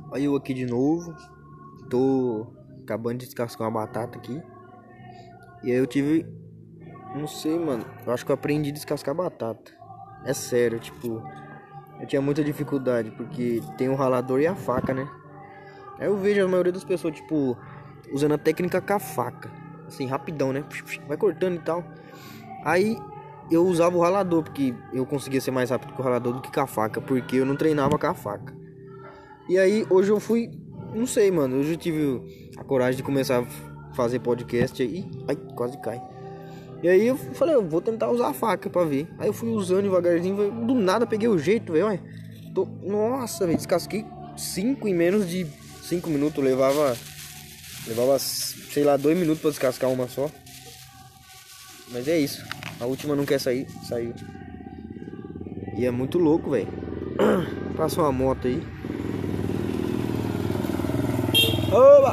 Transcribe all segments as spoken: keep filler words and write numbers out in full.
Olha eu aqui de novo. Tô acabando de descascar uma batata aqui. E aí eu tive... Não sei, mano. Eu acho que eu aprendi a descascar batata. É sério, tipo... Eu tinha muita dificuldade, porque tem o ralador e a faca, né? Aí eu vejo a maioria das pessoas, tipo... Usando a técnica com a faca. Assim, rapidão, né? Vai cortando e tal. Aí... Eu usava o ralador, porque eu conseguia ser mais rápido com o ralador do que com a faca. Porque eu não treinava com a faca. E aí, hoje eu fui... Não sei, mano. Hoje eu tive a coragem de começar a fazer podcast aí. Ai, quase cai. E aí eu falei, eu vou tentar usar a faca pra ver. Aí eu fui usando devagarzinho. Do nada peguei o jeito, velho. Tô... Nossa, velho. Descasquei cinco em menos de cinco minutos. Levava... Levava, sei lá, dois minutos pra descascar uma só. Mas é isso. A última não quer sair. Saiu. E é muito louco, velho. Passa uma moto aí. Oba!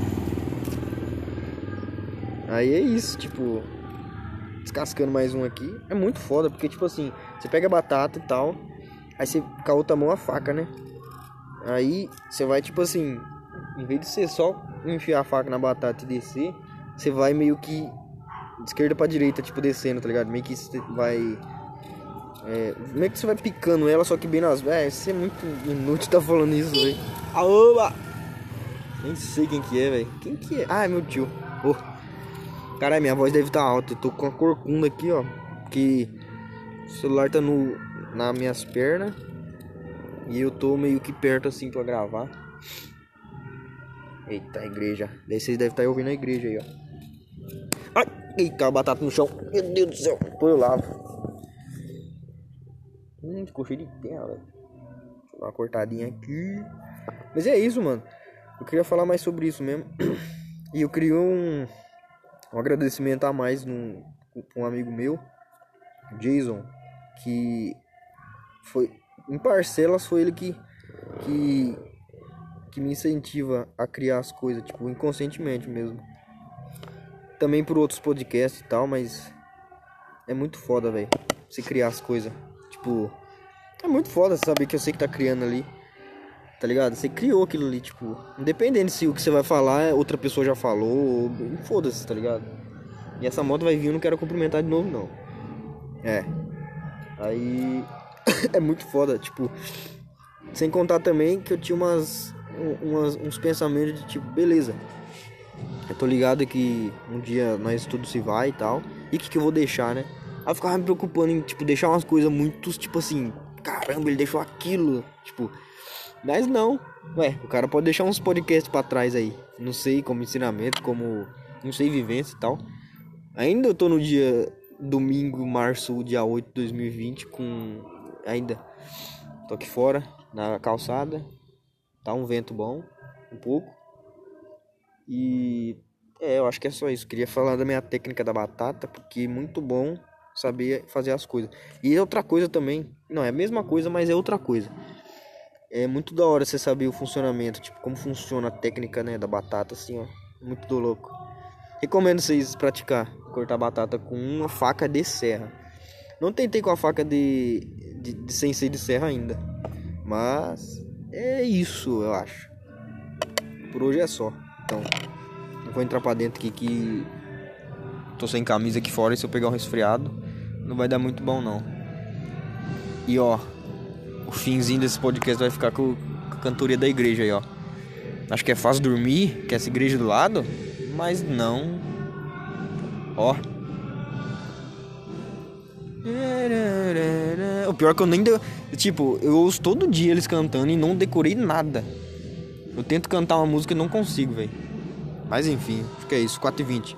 Aí é isso, tipo... Descascando mais um aqui. É muito foda, porque tipo assim... Você pega a batata e tal... Aí você com a outra mão a faca, né? Aí você vai tipo assim... Em vez de você só enfiar a faca na batata e descer... Você vai meio que... De esquerda pra direita, tipo descendo, tá ligado? Meio que você vai... É, meio que você vai picando ela, só que bem nas... É, você é muito inútil tá falando isso, velho. Aoba! Nem sei quem que é, velho. Quem que é? Ah, é meu tio. Oh. Caralho, minha voz deve estar tá alta. Eu tô com a corcunda aqui, ó. Porque o celular tá no, nas minhas pernas. E eu tô meio que perto assim pra gravar. Eita, a igreja. Daí vocês devem estar tá ouvindo a igreja aí, ó. Ai! Eita, a batata no chão. Meu Deus do céu. Depois eu lavo. Hum, ficou cheio de terra, velho. Deixa eu dar uma cortadinha aqui. Mas é isso, mano. Eu queria falar mais sobre isso mesmo. E eu criei um, um agradecimento a mais num, com um amigo meu, Jason, que foi, em parcelas, foi ele que, que, que me incentiva a criar as coisas, tipo, inconscientemente mesmo. Também por outros podcasts e tal, mas é muito foda, velho, você criar as coisas. Tipo, é muito foda saber que eu sei que tá criando ali. Tá ligado? Você criou aquilo ali, tipo... Independente se o que você vai falar, outra pessoa já falou... Foda-se, tá ligado? E essa moto vai vir, eu não quero cumprimentar de novo, não. É. Aí... é muito foda, tipo... Sem contar também que eu tinha umas... umas uns pensamentos de tipo... Beleza. Eu tô ligado que um dia nós tudo se vai e tal. E o que que eu vou deixar, né? Aí eu ficava me preocupando em, tipo, deixar umas coisas muito... Tipo assim... Caramba, ele deixou aquilo... Tipo... Mas não, ué, o cara pode deixar uns podcasts pra trás aí. Não sei, como ensinamento, como, não sei, vivência e tal. Ainda eu tô no dia domingo, março, dia oito de dois mil e vinte, com... Ainda tô aqui fora, na calçada. Tá um vento bom, um pouco. E... É, eu acho que é só isso. Queria falar da minha técnica da batata, porque é muito bom saber fazer as coisas. E é outra coisa também. Não, é a mesma coisa, mas é outra coisa. É muito da hora você saber o funcionamento, tipo, como funciona a técnica, né, da batata, assim, ó. Muito do louco. Recomendo vocês praticar, cortar batata com uma faca de serra. Não tentei com a faca de, de, de sem ser de serra ainda. Mas é isso, eu acho. Por hoje é só. Então, eu vou entrar pra dentro aqui que tô sem camisa aqui fora e se eu pegar um resfriado, não vai dar muito bom, não. E ó... O finzinho desse podcast vai ficar com a cantoria da igreja aí, ó. Acho que é fácil dormir, que é essa igreja do lado, mas não. Ó. O pior é que eu nem deu. Tipo, eu ouço todo dia eles cantando e não decorei nada. Eu tento cantar uma música e não consigo, velho. Mas enfim, acho que é isso, quatro e vinte.